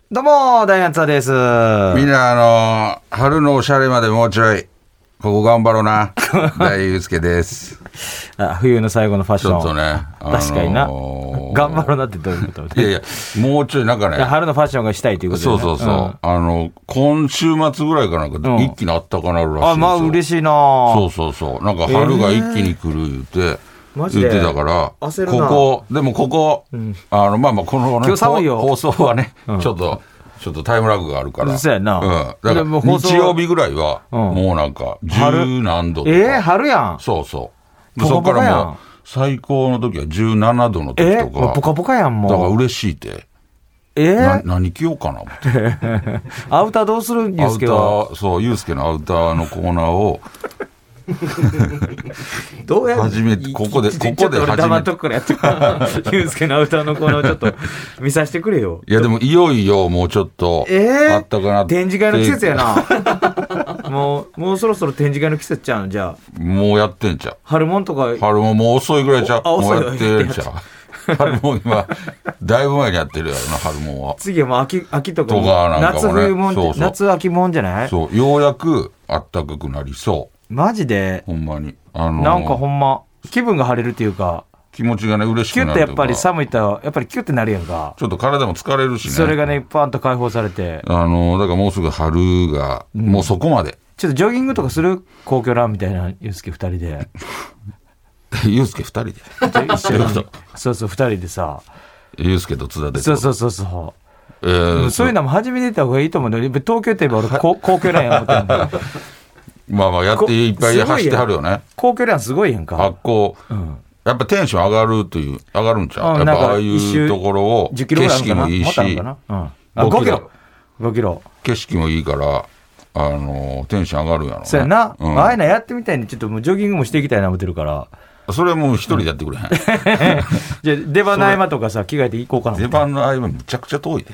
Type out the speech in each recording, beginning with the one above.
どうもダイアンツァです。 みんな春のおしゃれまでもうちょいここ頑張ろうな大祐介です。 冬の最後のファッションちょっとね、 確かにな頑張ろうなってどういうこと？ いやもうちょいなんかね春のファッションがしたいということで、ね、 そう、今週末ぐらいかなんか一気にあったかなるらしいんですよ。 まあ嬉しいな。 そうなんか春が一気に来る言って、言ってたから焦るな。 ここ、まあこのね今日寒いよ放送はね、ちょっとタイムラグがあるから、 そうやな、 だから日曜日ぐらいはもうなんか10何度とか、 春やん。 そうそこからもう最高の時は17度の時とか、 ポカポカやん。もうだから嬉しいって何着ようかな思ってアウターどうするんですけど、 そうユースケのアウターのコーナーをどうや初めてここでちょっと俺黙っとくからやってユースケのアウターのコーナーをちょっと見させてくれよ。 いやでもいよいよもうちょっとあったかなって、 展示会の季節やなもうそろそろ展示会の季節ちゃうの。じゃあもうやってんちゃう。 春もんとか春ももう遅いぐらいちゃう。もうやってるんちゃう。春も今だいぶ前にやってるやろな春もんは。 次はもう秋とかも夏なんかもね、 冬もんって夏秋もんじゃない？ そうようやくあったかくなりそう。 マジでほんまになんかほんま気分が晴れるっていうか、 気持ちがね嬉しくなるというか、 キュッてやっぱり寒いとやっぱりキュッてなるやんか。 ちょっと体も疲れるしね。 それがねパンと解放されて、 だからもうすぐ春が、もうそこまでちょっとジョギングとかする皇居ランみたいなユースケ2人でユースケ2人で一緒にそう2人でさ、 ユースケと津田でそうそういうのも始めてた方がいいと思うんだよ。東京って言えば俺皇居ランや思ってるんだまあやっていっぱい走ってはるよね。 皇居ランすごいやんか。 発行、やっぱテンション上がるんちゃう、やっぱああいうところを景色もいいし、 5キロ景色もいいからテンション上がるんやろね。 そうやな、ああいうのやってみたいにちょっともうジョギングもしていきたいな思ってるから。 それはもう一人でやってくれへん、 じゃあ出番の合間とかさ着替えていこうかな。 出番の合間むちゃくちゃ遠いで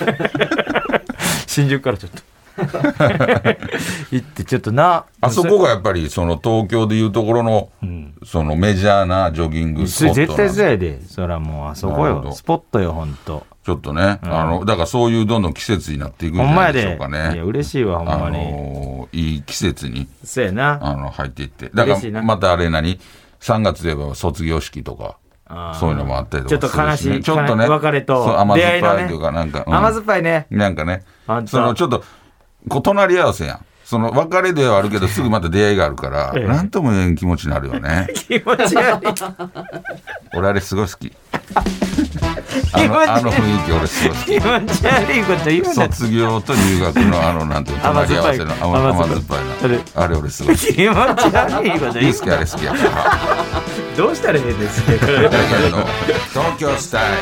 新宿からちょっと行ってちょっとな、 あそこがやっぱりその東京でいうところの、そのメジャーなジョギングスポット絶対そうやで。そらもうあそこよスポットよほんと。 ちょっとね、だからそういうどんどん季節になっていくんじゃないでしょうかね。 いや嬉しいわほんまに、 いい季節にそうやな入っていって、だからまたあれ3月で言えば卒業式とかそういうのもあったりとかするし、ね、 ちょっと悲しい、 ちょっとね別れと甘出会いのね、 酸っぱいというかなんか、 甘酸っぱいね、 なんかね、ちょっと隣り合わせやん。その別れではあるけどすぐまた出会いがあるからなんとも言えん気持ちになるよね気持ち悪い俺あれすごい好き雰囲気俺すごい好き。 気持ち悪いこと言うな。 卒業と入学のなんていう隣り合わせの甘酸っぱいなあれ俺すごい好き。 気持ち悪いこと言うな。 あれ好きやからどうしたらいいんですか東京スタイル。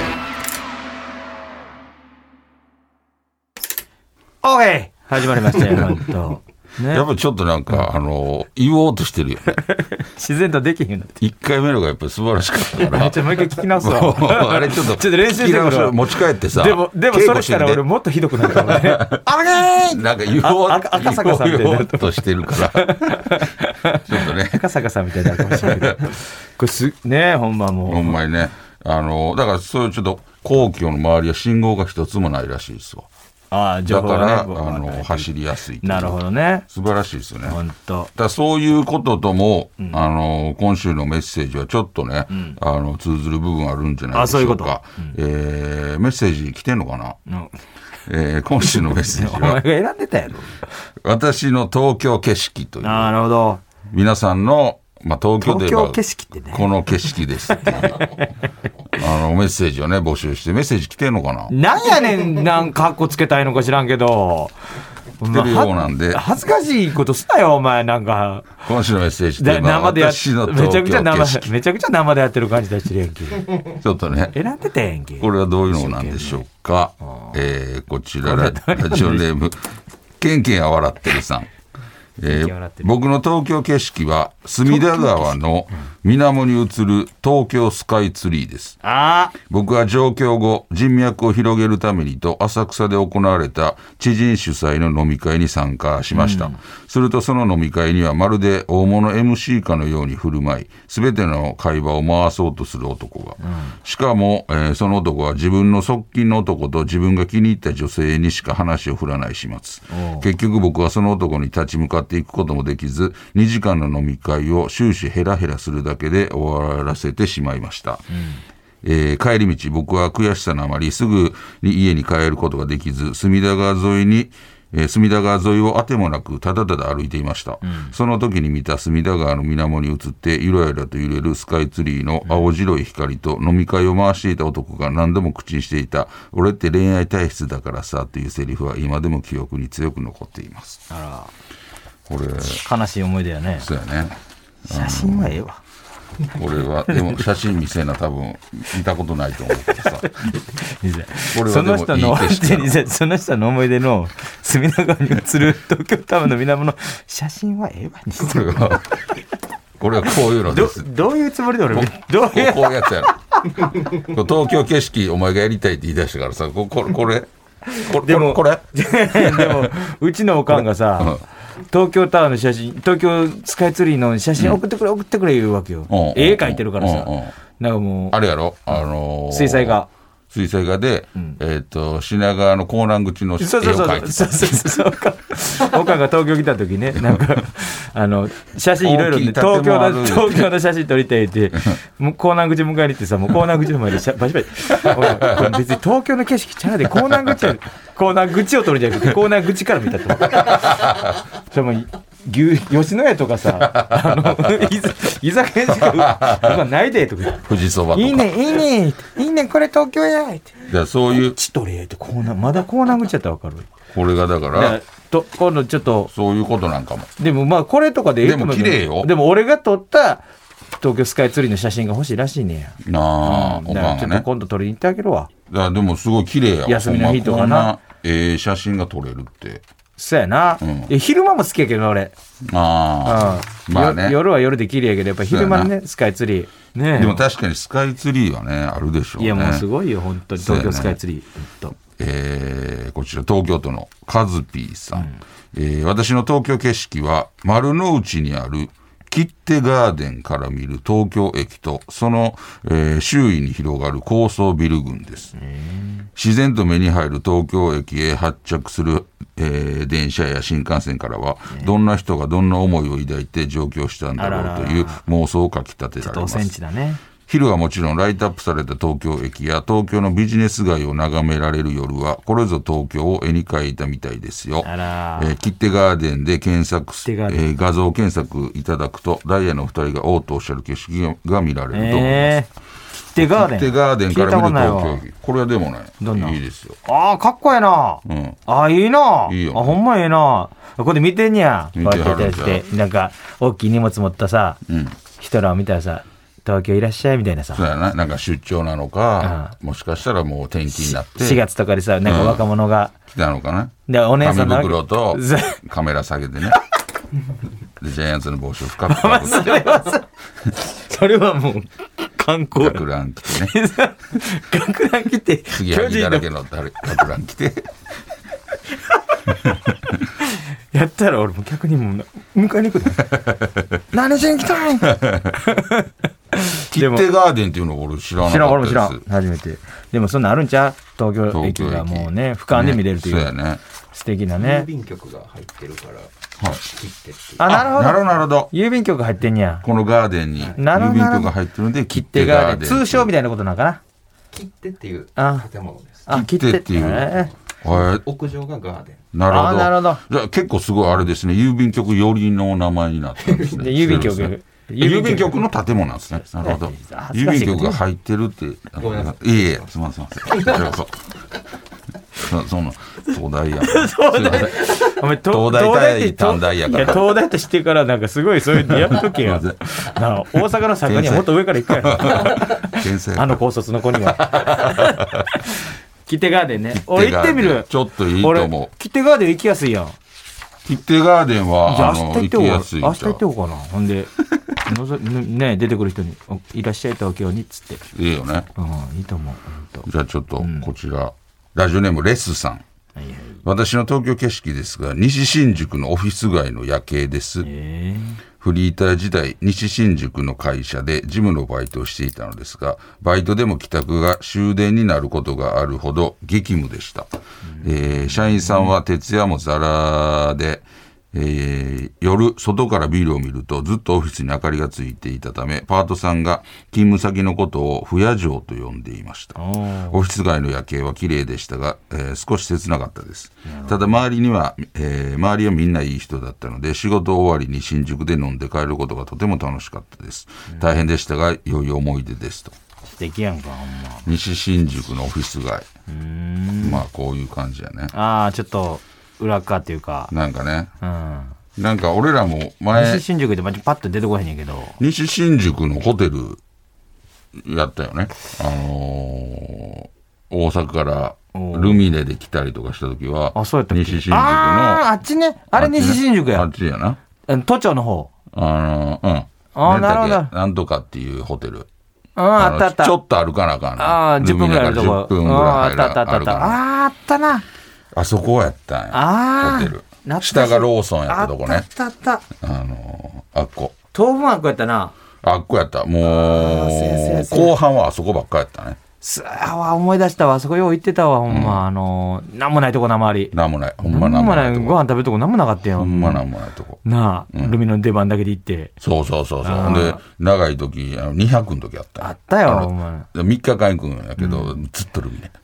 オーケー始まりましたよ本当、ね、 やっぱちょっとなんか、言おうとしてるよね自然とできへんようになって 1回目のがやっぱり素晴らしかったからちょっともう一回聞き直すわあれちょっと練習してくる持ち帰ってさ。 でもそれしたら俺もっとひどくなるかもねあれーなんか言おう赤坂さんみたいになるとしてるからちょっとね赤坂さんみたいになるかもしれないけどこれねほんまもうほんまにねだからそういうちょっと皇居の周りは信号が一つもないらしいですわ。だから走りやすい。 なるほどね。 素晴らしいですよね。 本当。 だそういうこととも、今週のメッセージはちょっとね、通ずる部分あるんじゃないでしょうか。メッセージ来てんのかな、今週のメッセージはお前が選んでたやろ私の東京景色という。 なるほど。 皆さんの東京で言えば景色ってね、 この景色ですっていうメッセージをね募集して、メッセージ来てんのかな。 なんやねん、なんかカッコつけたいのか知らんけど来てるようなんで恥ずかしいことすなよお前。なんか今週のメッセージで生でやっ私の東京景色めちゃくちゃ生でやってる感じ出してるやんけちょっとね選んでたやんけ。 これはどういうのなんでしょうか。こちらラジオネームケンケンは笑ってるさん。僕の東京景色は隅田川の水面に映る東京スカイツリーです。僕は上京後、人脈を広げるためにと浅草で行われた知人主催の飲み会に参加しました。するとその飲み会にはまるで大物 MC かのように振る舞い、すべての会話を回そうとする男が。しかも、その男は自分の側近の男と自分が気に入った女性にしか話を振らない始末。結局僕はその男に立ち向かっていくこともできず、2時間の飲み会を終始ヘラヘラするだけで終わらせてしまいました。帰り道、僕は悔しさのあまりすぐに家に帰ることができず、隅田川沿いをあてもなくただただ歩いていました。その時に見た隅田川の水面に映ってゆらゆらと揺れるスカイツリーの青白い光と、飲み会を回していた男が何度も口にしていた俺って恋愛体質だからさというセリフは今でも記憶に強く残っています。これ悲しい思い出やね。 そうやね。 写真はええわ。 これはでも写真見せな多分見たことないと思うけどさこれはでもいい景色その人の思い出の隅田川に映る東京タワーの水面の写真はええわにこれはこういうのです。 どういうつもりで俺こういうやつやろ東京景色お前がやりたいって言い出したからさこれでもうちのおかんがさ、東京タワーの写真、東京スカイツリーの写真送ってくれ言うわけよ。絵描いてるからさ、なんかもうあれやろ、 水彩画で、品川の港南口の絵を描いてそうおかんが東京来た時ね、なんか写真いろいろ東京の写真撮りたいって港南口迎えに行ってさ、もう港南口の前でバシバシこれ別に東京の景色ちゃうで、港南口を撮るんじゃなくて港南口から見たってそれも吉野家とかさ居酒屋しかないでとか富士そばとかいいねこれ東京やってじゃあそういうちとれってまだ港南口やったら分かる。 これがだから今度ちょっとそういうことなんかも。 でもまあこれとかででも綺麗よ。 でも俺が撮った東京スカイツリーの写真が欲しいらしいねやなあ、おかんがね。 ちょっと今度撮りに行ってあげるわ。 でもすごい綺麗やわ。 休みの日とかな写真が撮れるってそうやな、昼間も好きやけど俺まあね、 夜は夜で綺麗やけどやっぱ昼間ねスカイツリーね。 でも確かにスカイツリーはねあるでしょうね。 いやもうすごいよ本当に東京スカイツリー、こちら東京都のカズピーさん、私の東京景色は丸の内にある切手ガーデンから見る東京駅とその、周囲に広がる高層ビル群です。自然と目に入る東京駅へ発着する、電車や新幹線からはどんな人がどんな思いを抱いて上京したんだろうという妄想をかき立てられます。昼はもちろんライトアップされた東京駅や東京のビジネス街を眺められる夜はこれぞ東京を絵に描いたみたいですよ。切手ガーデンで画像検索いただくとダイヤの2人がおーとおっしゃる景色が見られると思います。切手ガーデンから見る東京駅、これはでもねいいですよ。 かっこええな、いいな、 いいよ、 ほんまええな。ここで見てんやこうやってなんか大きい荷物持ったさ、人らを見たらさ東京いらっしゃいみたいなさ。 そうやな、なんか出張なのか、もしかしたらもう転勤になって 4月とかでさなんか若者が、 来たのかな。 でお姉さんの紙袋とカメラ下げてねでジャイアンツの帽子を深くかぶってそれはもう観光学ラン着てね学ラン着て杉萩だらけの学ラン着てやったら俺も逆にもう迎えに行く何しに来たん切手ガーデンっていうのを俺知らなかったです。 俺も知らん初めて。でもそんなあるんちゃう東京駅がもうね俯瞰で見れるという、 そうやね、 素敵なね郵便局が入ってるから切手っていう。 なるほどなるほど。 郵便局入ってんや。 このガーデンに郵便局が入ってるんで切手ガーデン通称みたいなことなんかな。 切手っていう建物です。 切手っていう、 屋上がガーデン。 なるほど。じゃあ結構すごいあれですね、郵便局寄りの名前になったんですね郵便局の建物なんですね。なるほど。郵便局が入ってるって。 ごめんなさい。いえ、すみません。その東大や。東大対短大やから。 東大って知ってからなんかすごいそういうのやっとけや。大阪の坂にはもっと上から行くやん。あの高卒の子には。切手ガーデンね。俺行ってみる。 ちょっといいと思う。 切手ガーデン行きやすいやん。 切手ガーデンは行きやすい。 明日行っておうかな。ほんでね、出てくる人にいらっしゃい東京にっつって。 いいよね。 いいと思う。 じゃあちょっとこちら、ラジオネームレスさん。私の東京景色ですが、西新宿のオフィス街の夜景です。フリーター時代、西新宿の会社で事務のバイトをしていたのですが、バイトでも帰宅が終電になることがあるほど激務でした。社員さんは徹夜もザラで、夜外からビルを見るとずっとオフィスに明かりがついていたため、パートさんが勤務先のことを不夜城と呼んでいました。オフィス街の夜景は綺麗でしたが、少し切なかったです。ただ周りはみんないい人だったので、仕事終わりに新宿で飲んで帰ることがとても楽しかったです。大変でしたが良い思い出ですと。 素敵やんか、ほんま。 西新宿のオフィス街、まあこういう感じやね。 ちょっと裏側っていうかなんかね、なんか俺らも前西新宿でパッと出てこへんねんけど、 西新宿のホテルやったよね。大阪からルミネで来たりとかした時は、 そうやったっけ。 西新宿のあっちね、あれ西新宿や。 あっちやな。 都庁の方。 なるほど。なんとかっていうホテル。 あったあった。 ちょっと歩かなあかんな。 10分ぐらいあるとこ。 10分ぐらいあったあったな。 あそこやったんや、ホテル。下がローソンやったとこね。 あったあっこ。 豆腐あっこやったな。 あっこやった。もう後半はあそこばっかやったね。 思い出したわ。あそこよう行ってたわ、ほんま。なんもないとこな周り。 なんもない。ほんまなんもない。 ご飯食べるとこなんもなかったよ。 ほんまなんもないとこ。 なあ、ルミの出番だけで行って。 そう。で、長い時、2泊の時あった。 あったよ、ほんま。 3日間行くんやけど、ずっとルミネ。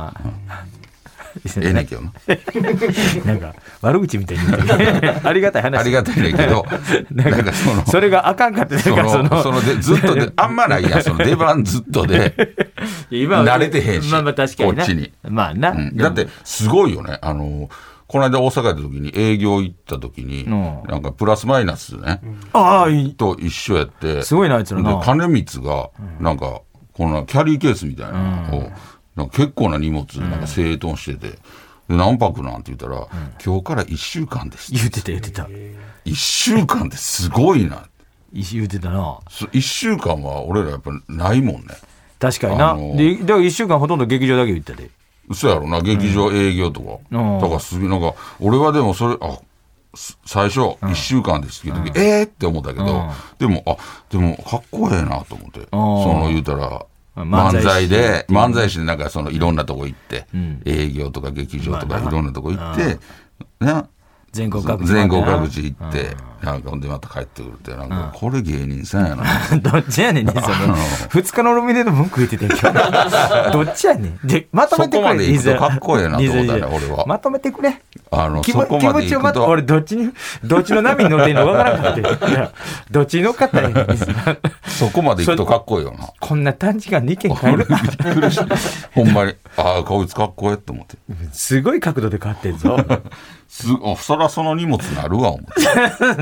ええねんけどな。 なんか悪口みたいに言ってる。ありがたい話。 ありがたいねんけど、 なんかそれがあかんかってずっとであんまないやん、その出番ずっとで慣れてへんし、 確かにこっちに。 まあな。 だってすごいよね。この間大阪行った時に営業行った時になんかプラスマイナスねと一緒やって、 すごいなあいつらな。 金光がなんかこのキャリーケースみたいなのをなんか結構な荷物なんか整頓してて、何泊なんて言ったら、今日から1週間です言ってた。 1週間ってすごいな言ってたな。 1週間は俺らやっぱないもんね。 確かにな。でだから1週間ほとんど劇場だけ言ったで。 そうやろな、劇場営業とか。だからすげえなんか俺はでもそれ最初1週間ですけど、って思ったけど、でもかっこええなと思って、言うたら漫才師でなんかそのいろんなとこ行って、営業とか劇場とかいろんなとこ行って、 全国各地行って、なんかほんでまた帰ってくるって、なんかこれ芸人さんやな。 どっちやねんね、2日のルミネの文句言っててんけど。どっちやねん。で、まとめてくれ。 そこまで行くとかっこええなと思ったね、俺は。 まとめてくれ。 そこまで行くと。 俺どっちの波に乗ってんのわからなくて。どっちに乗っかったらいい。 そこまで行くとかっこいいよな。 こんな短時間に意見変える。 ほんまに、こいつかっこええって思って。 すごい角度で変わってんぞ。 そらその荷物なるわ思って。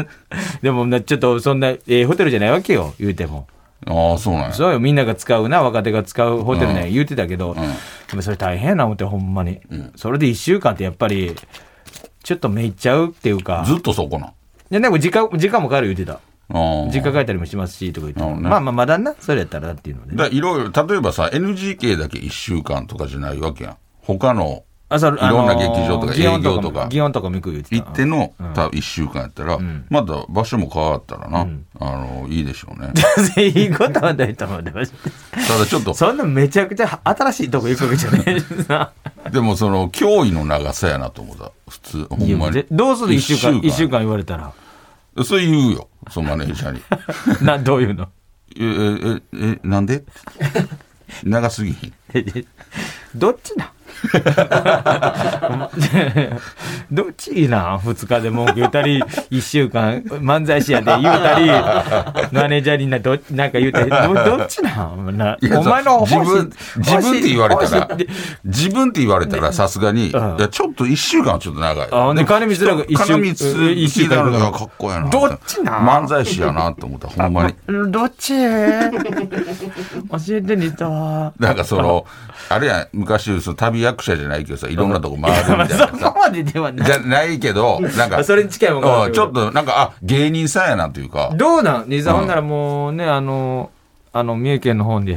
でもちょっとそんなホテルじゃないわけよ、言うても。 そうなんや。 そうよ、みんなが使うな、若手が使うホテルね、言うてたけど、でもそれ大変やな思って、ほんまに。それで1週間ってやっぱりちょっとめいっちゃうっていうか。 ずっとそこなん。 でも時間もかかる言うてた。実家帰ったりもしますしとか言って、まだな、それやったらっていうので。 いろいろ、例えばさ、NGK だけ1週間とかじゃないわけやん。他のいろんな劇場とか営業とか祇園とかも行っての1週間やったら、まだ場所も変わったらな、いいでしょうね。 いいことはないと思う。ただちょっとそんなめちゃくちゃ新しいとこ行くわけじゃないですな。 でもその驚異の長さやなと思った。普通ほんまに。 どうする1週間言われたら。 それ言うよ、そのマネージャーに。 どういうの？ なんで？長すぎひん。 どっちなどっちいいな。2日で文句言うたり1週間漫才師やで言うたりマネージャーになんか言うたり どっちな。お前の自分って言われたらさすがに、いやちょっと1週間はちょっと長い。 で金光らが1週間がかっこいいな。 どっちな。 漫才師やなと思った。ほんまにどっち教えてにた。 なんかそのあれや昔その旅役者じゃないけどさ、いろんなとこ回るみたいな。 やんか。 そこまでではない。 じゃないけど、なんか、 それに近いもんが。 ちょっと、なんか、芸人さんやなというか。 どうなん兄さん、ほんならもうね、三重県の方で。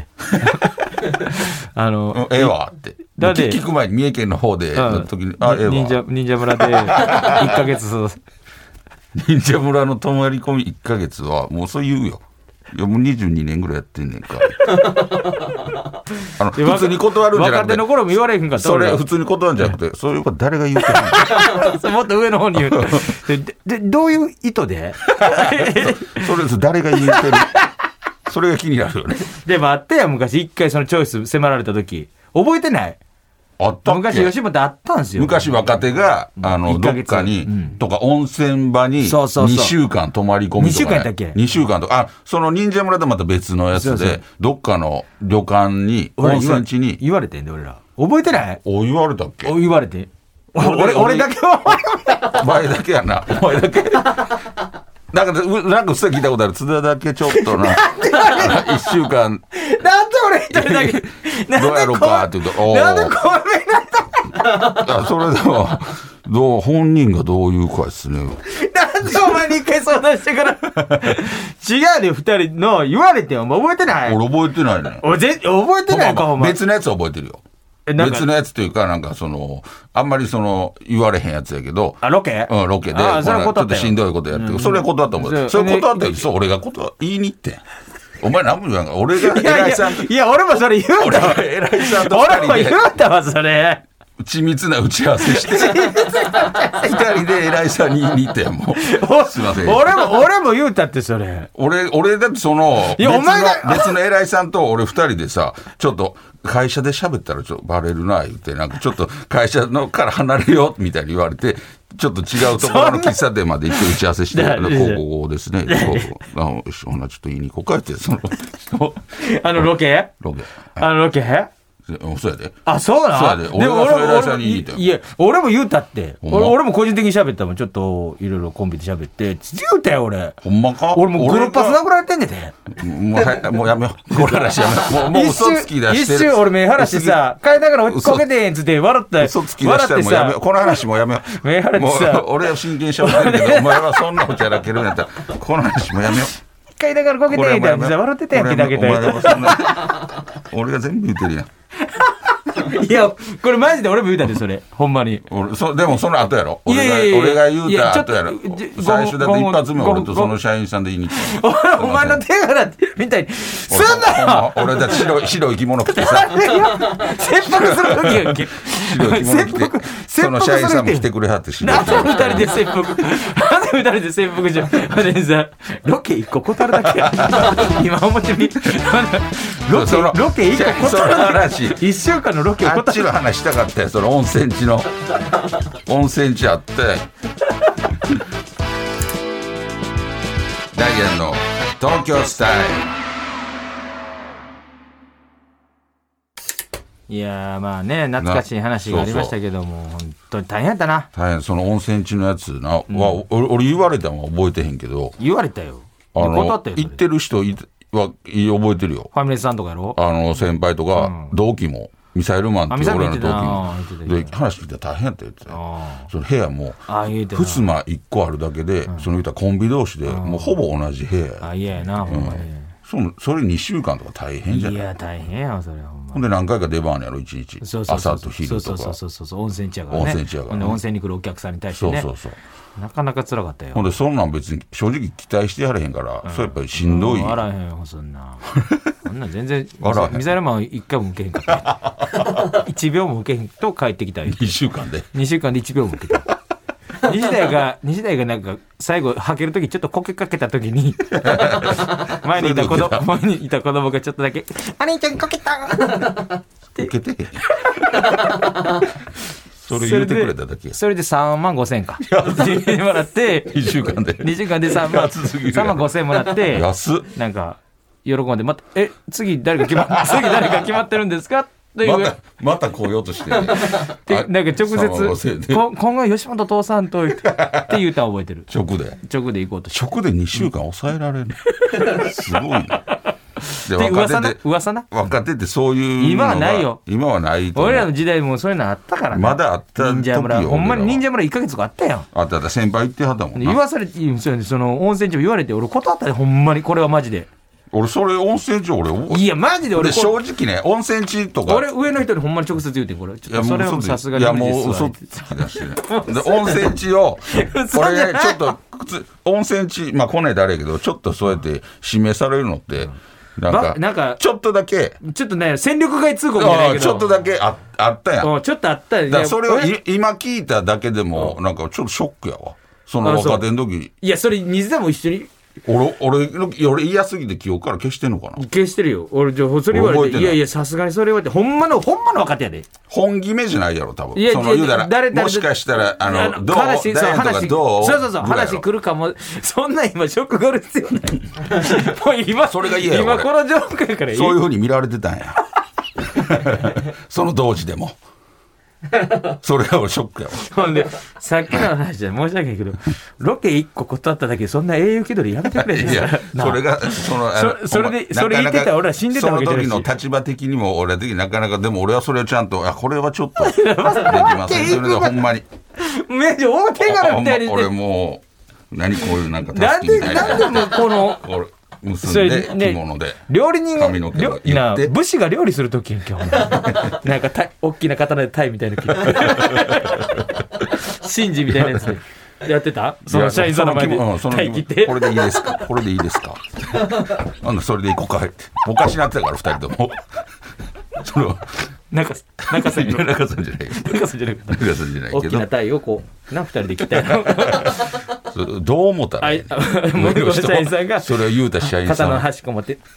ええわって。聞く前に三重県の方で、の時に、ええわ。 忍者村で1ヶ月。 忍者村の泊まり込み1ヶ月は、もうそう言うよ。いやもう22年ぐらいやってんねんか。普通に断るんじゃなくて。 若手の頃も言われへんかった。 それ普通に断るんじゃなくて、そういうこと誰が言うてるのもっと上の方に言うと。で、どういう意図でそれ誰が言うてるそれが気になるよね。 でもあったやん、昔一回そのチョイス迫られた時。覚えてない？ あったっけ？ 昔吉本あったんですよ。 昔若手が、どっかに、とか温泉場に2週間泊まり込みとか、ね。2週間やったっけ？ 2週間とか、その忍者村とまた別のやつで、どっかの旅館に、温泉地に。 言われてんで、俺ら。覚えてない？ 言われたっけ？ 言われて。俺だけは。 お前だけやな。お前だけ。なんか嘘聞いたことある。津田だけちょっとな。1週間。 なんで俺一人だけ。 どうやろうかって言うと、 なんでこれなのそれでも、本人がどういうかですね。 なんでお前に一回相談してから。違うで、二人の言われてよ。お前覚えてない？ 俺覚えてないね。 覚えてないか、お前。 別のやつは覚えてるよ。別のやつというか、なんかあんまり言われへんやつやけど。 ロケ？ うん、ロケで。ちょっとしんどいことやってる。それは断ったもん。それ断ったよ。そう、俺が言いに行ってん。お前何も言わんか。俺が偉いさんと。 いや、俺もそれ言うたわ。 俺は偉いさんと2人で。 俺も言うたわ、それ。 緻密な打ち合わせして。2人で偉いさんに言いに行ってん、もう。すいません。 俺も言うたって、それ。 俺だって別の偉いさんと俺2人でさ、ちょっと、会社で喋ったらちょっとバレるな言って、なんかちょっと会社のから離れようみたいに言われて、ちょっと違うところの喫茶店まで行って打ち合わせして、こうですね。ほなちょっと言いに行こうかって、 ロケロケそうやで。 あ、そうなの？そうやで。俺がそれ偉いさんに言いたよ。 いや、俺も言うたって。俺も個人的に喋ったもん。ちょっと、いろいろコンビで喋って。言うたよ、俺。 ほんまか？ 俺もうグルーパス殴られてんねんて。 もうやめよう。これ話やめよう。もう嘘つき出してる。 一瞬俺目晴らしてさ、帰りながらこけてんつって笑った。 嘘つき出したらもうやめよう。この話もうやめよう。 目晴らしてさ。 俺は真剣に喋ってるけど、お前はそんなおちゃらけるんやったら、この話もやめよう。 帰りながらこけてんって笑ってたやんけだけど。 俺が全部言ってるやん。 いや、これマジで俺も言うたで、それ。ほんまに。 でもその後やろ。俺が言うた後やろ。最初だって一発目俺とその社員さんで言いに来た。 お前の手柄みたいに。すんなよ！ 俺だって白い着物着てさ。 切腹するときやんけ。 白い着物着て。その社員さんも来てくれはってしなんで二人で切腹。なんで二人で切腹じゃん。さ、ロケ一個断るだけや。今思ってみ。ロケ一個断るだけ。一週間のロケをあっちの話したかったよ。その温泉地の温泉地あってダイアンの東京スタイル。いやーまあね、懐かしい話がありましたけども、本当に大変やったな。 大変。その温泉地のやつな、俺言われたのは覚えてへんけど。 言われたよ。 行ってる人は覚えてるよ。 ファミレスさんとかやろ。 先輩とか、同期もミサイルマンっていう俺らの同期もで話聞いたら大変やったよって。その部屋もふすま1個あるだけで、その言ったらコンビ同士でもうほぼ同じ部屋や。 嫌やな、ほんまに。 それ2週間とか大変じゃない？ いや大変やそれほんま。 ほんで何回か出番やろ1日。朝と昼とか。 そう温泉地やからね。温泉地やからね。温泉に来るお客さんに対してね。そうなかなか辛かったよ。 ほんでそんなん別に正直期待してやれへんから、それやっぱりしんどい。 あらへんよそんな。そんな全然ミサイルマン1回も受けへんかった。1秒も受けへんと帰ってきた。 2週間で 1秒も受けた。西大がなんか最後はけるときちょっとこけかけたときに前にいた子供がちょっとだけ「お兄ちゃんこけた!」って受けてそれ言ってくれただけ。 それで3万5千かもらって 2週間で 3万5千もらって安っ。 なんか喜んでまた次誰か決まってるんですかまた来ようとしてね。 なんか直接今後吉本父さんとって言うたん覚えてる。 直で行こうと直で2週間抑えられる。すごいね。 で噂な若手ってそういう今はないよ。 今はないと。 俺らの時代もそういうのあったからね。 まだあった忍者村。ほんまに忍者村1ヶ月とかあったやん。 あった先輩言ってはったもんな。 言わされて、その温泉地も言われて、俺断ったで、ほんまに。これはマジで。 俺それ温泉地いやマジで俺正直ね温泉地とか俺上の人にほんまに直接言うてんこれそれはさすがに無理です。 いやもう嘘つきだしねで温泉地を俺ねちょっと温泉地まあ来ないであれやけどちょっとそうやって指名されるのってなんかちょっとだけちょっとね戦力外通告じゃないけどちょっとだけあったやん。 ちょっとあっただからそれを今聞いただけでもなんかちょっとショックやわその若手の時。 いやそれ水田も一緒に俺嫌すぎて記憶から消してんのかな。 消してるよ俺それ言われていやさすがにそれ言われてほんまの若手やで本決めじゃないやろ多分。 いや言うたらもしかしたらどう話どうそう話来るかもそんな今ショックがある必要ないもう今それが嫌や今この状況やからそういう風に見られてたんやその同時でもそれが俺ショックやわ。 ほんでさっきの話じゃ申し訳ないけどロケ1個断っただけそんな永遠気取りやめてくれ。 いやそれがそれ言ってたら俺は死んでたわけじゃないしその時の立場的にも俺的になかなかでも俺はそれをちゃんとこれはちょっとできませんそれがほんまにめっちゃ大手柄みたいに俺もう何こういうなんかタスキみたいななんでもこの結んで着物で料理人が髪の毛を言って武士が料理するときやん今日なんか大きな刀でタイみたいなの神事みたいなやつでやってたその社員さんの前でタイ切ってこれでいいですかこれでいいですかそれでいこうかっておかしなってたから2人ともそれは中さんじゃない大きなタイをこう2人で切ったよどう思ったらもう社員さんがそれを言うた社員さん刀の端っこ持って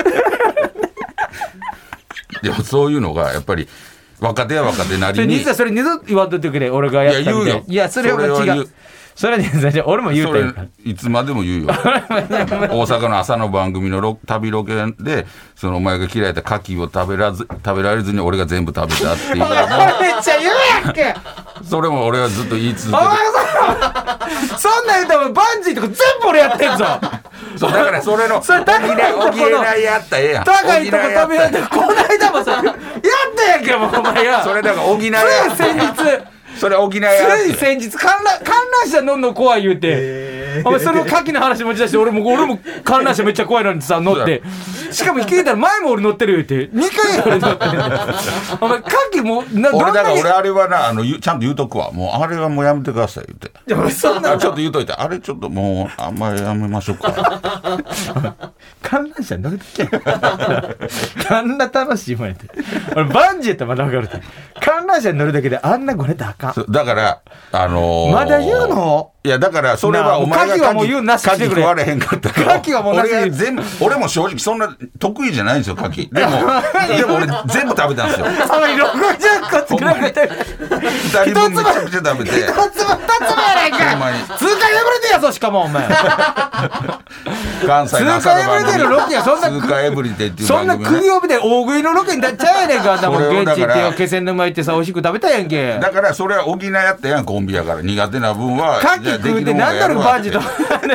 でもそういうのがやっぱり若手は若手なりにそれ二度言わんとってくれ俺がやったみたい。 いや言うよいやそれは違うそれは俺も言うたよいつまでも言うよ大阪の朝の番組の旅ロケでそのお前が嫌いな牡蠣を食べられずに俺が全部食べたっていうめっちゃ言うやんけそれも俺はずっと言い続けてそんなん言うたらバンジーとか全部俺やってんぞそうだからそれのそれ高いとこ補いやったらええやん高いとこ食べられてこの間もさやったやんけもうお前やそれだから補いや先日それ補いやつい先日観覧車乗んの怖い言うて、お前それを牡蠣の話持ち出して俺も観覧車めっちゃ怖いのにさ乗ってしかも聞いたら前も俺乗ってる言うて2回俺乗ってるお前牡蠣も俺だから俺あれはなちゃんと言うとくわもうあれはもうやめてください言ってそんなちょっと言うといてあれちょっともうあんまりやめましょうか観覧車乗るときやあんな楽しいもんやって俺バンジーやったらまだ分かるって観覧車に乗るだけであんなごねたらあかんだからまだ言うのいやだからそれはお前が牡蠣はもう言うなししてくれ食われへんかったから牡蠣はもうなし俺も正直そんな得意じゃないんですよ牡蠣でも俺全部食べたんですよお前60個作られて 2人分めちゃくちゃ食べて 1つも2つもやないか通過破れてやぞしかもお前関西の朝の番組通過破れてるロケやそんな通過エブリデイっていうそんな番組釘帯で大食いのロケになっちゃうやねんかあんなもん現地行ってよ気仙沼行ってさ美味しく食べたやんけだからそれは補いやったやんコンビやから苦手な分は牡蠣食うて何だろバンジー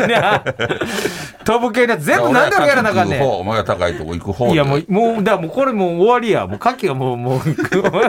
飛ぶ系のやつ全部何だろやらなあかんねんお前が高いとこ行く方いやもうだからもうこれもう終わりやもう牡蠣はもう牡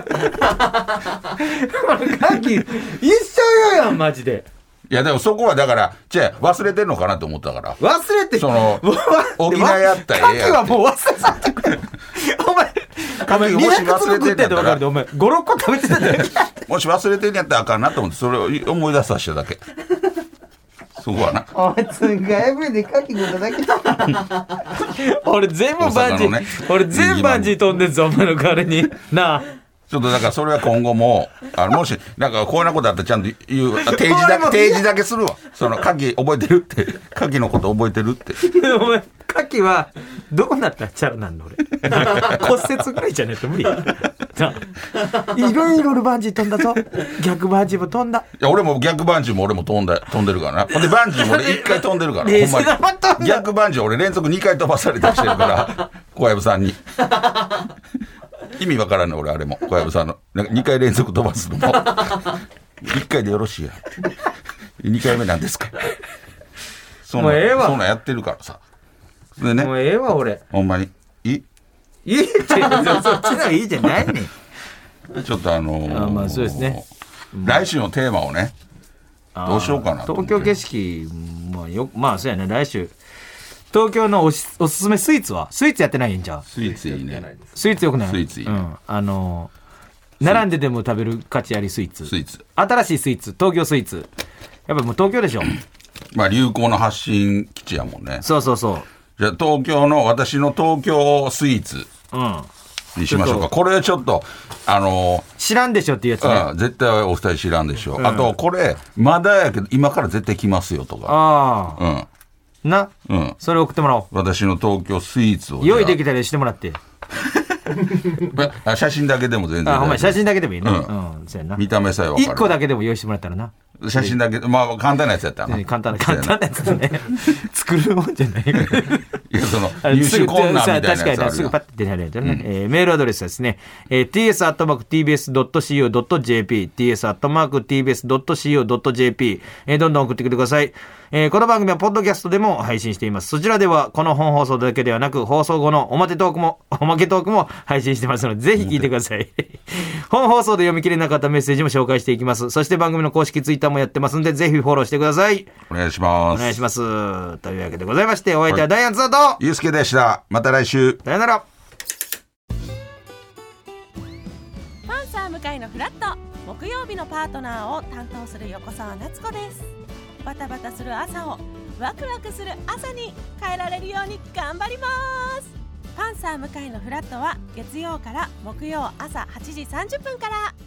蠣一緒よやんマジでいやでもそこはだからじゃあ忘れてんのかなと思ったから忘れてその補いやったらええやん牡蠣はもう忘れさせてくれお前もし忘れてんやったらお前 5,6 個食べてただけもし忘れてんやったらあかんなと思ってそれを思い出させただけそこはなお前つんがエブリで牡蠣食っただけ俺全部バンジー、ね、俺全部バンジー飛んでんぞお前の代わりになあちょっとだからそれは今後ももしなんかこういうことあったらちゃんと言う提示だけするわその牡蠣覚えてるって牡蠣のこと覚えてるってお前牡蠣はどうなったらちゃうなんの俺骨折ぐらいじゃねえと無理いろいろバンジー飛んだぞ逆バンジーも飛んだいや俺も逆バンジーも俺も飛んでるからなほんでバンジーも俺1回飛んでるからほんまに逆バンジー俺連続2回飛ばされてきてるから小籔さんに意味わからんね俺あれも小籔さんのなんか2回連続飛ばすのも1回でよろしいや2回目なんですかそんなんやってるからさでね、 もうええわ俺。 ほんまにいいってそっちのいいじゃないねん。 ちょっとまあそうですね。 来週のテーマをね、どうしようかなと思って。 東京景色まあそうやね。来週東京のおすすめスイーツはスイーツやってないんじゃん。 スイーツいいね。 スイーツよくない？ スイーツいいね。 並んででも食べる価値ありスイーツ。 スイーツ。 新しいスイーツ、東京スイーツ。やっぱもう東京でしょ。 まあ流行の発信基地やもんね。 そうそうそう。 じゃあ私の東京スイーツにしましょうか。これちょっと知らんでしょっていうやつね。 絶対お二人知らんでしょ。あとこれまだやけど今から絶対来ますよとか。 それ送ってもらおう。 私の東京スイーツを用意できたりしてもらって。 写真だけでも全然。 ほんま写真だけでもいいね。そうやな。 見た目さえ分かる。 1個だけでも用意してもらったらな。 写真だけ、まあ簡単なやつやったらな。 簡単なやつね。作るもんじゃない。いや入手困難みたいなやつあるやん。 確かにすぐパッて出られるとね。メールアドレスはですね、ts@tbs.co.jp ts@tbs.co.jp どんどん送ってきてください。この番組はポッドキャストでも配信しています。そちらではこの本放送だけではなく放送後のおまけトークも配信してますのでぜひ聞いてください。本放送で読み切れなかったメッセージも紹介していきます。そして番組の公式ツイッターもやってますのでぜひフォローしてください。 お願いします。 お願いします。というわけでございましてお相手はダイアンツだとゆうすけでした。また来週。 さよなら。 パンサー向井のフラット木曜日のパートナーを担当する横澤夏子です。バタバタする朝をワクワクする朝に変えられるように頑張ります。パンサー向井のフラットは月曜から木曜朝8時30分から。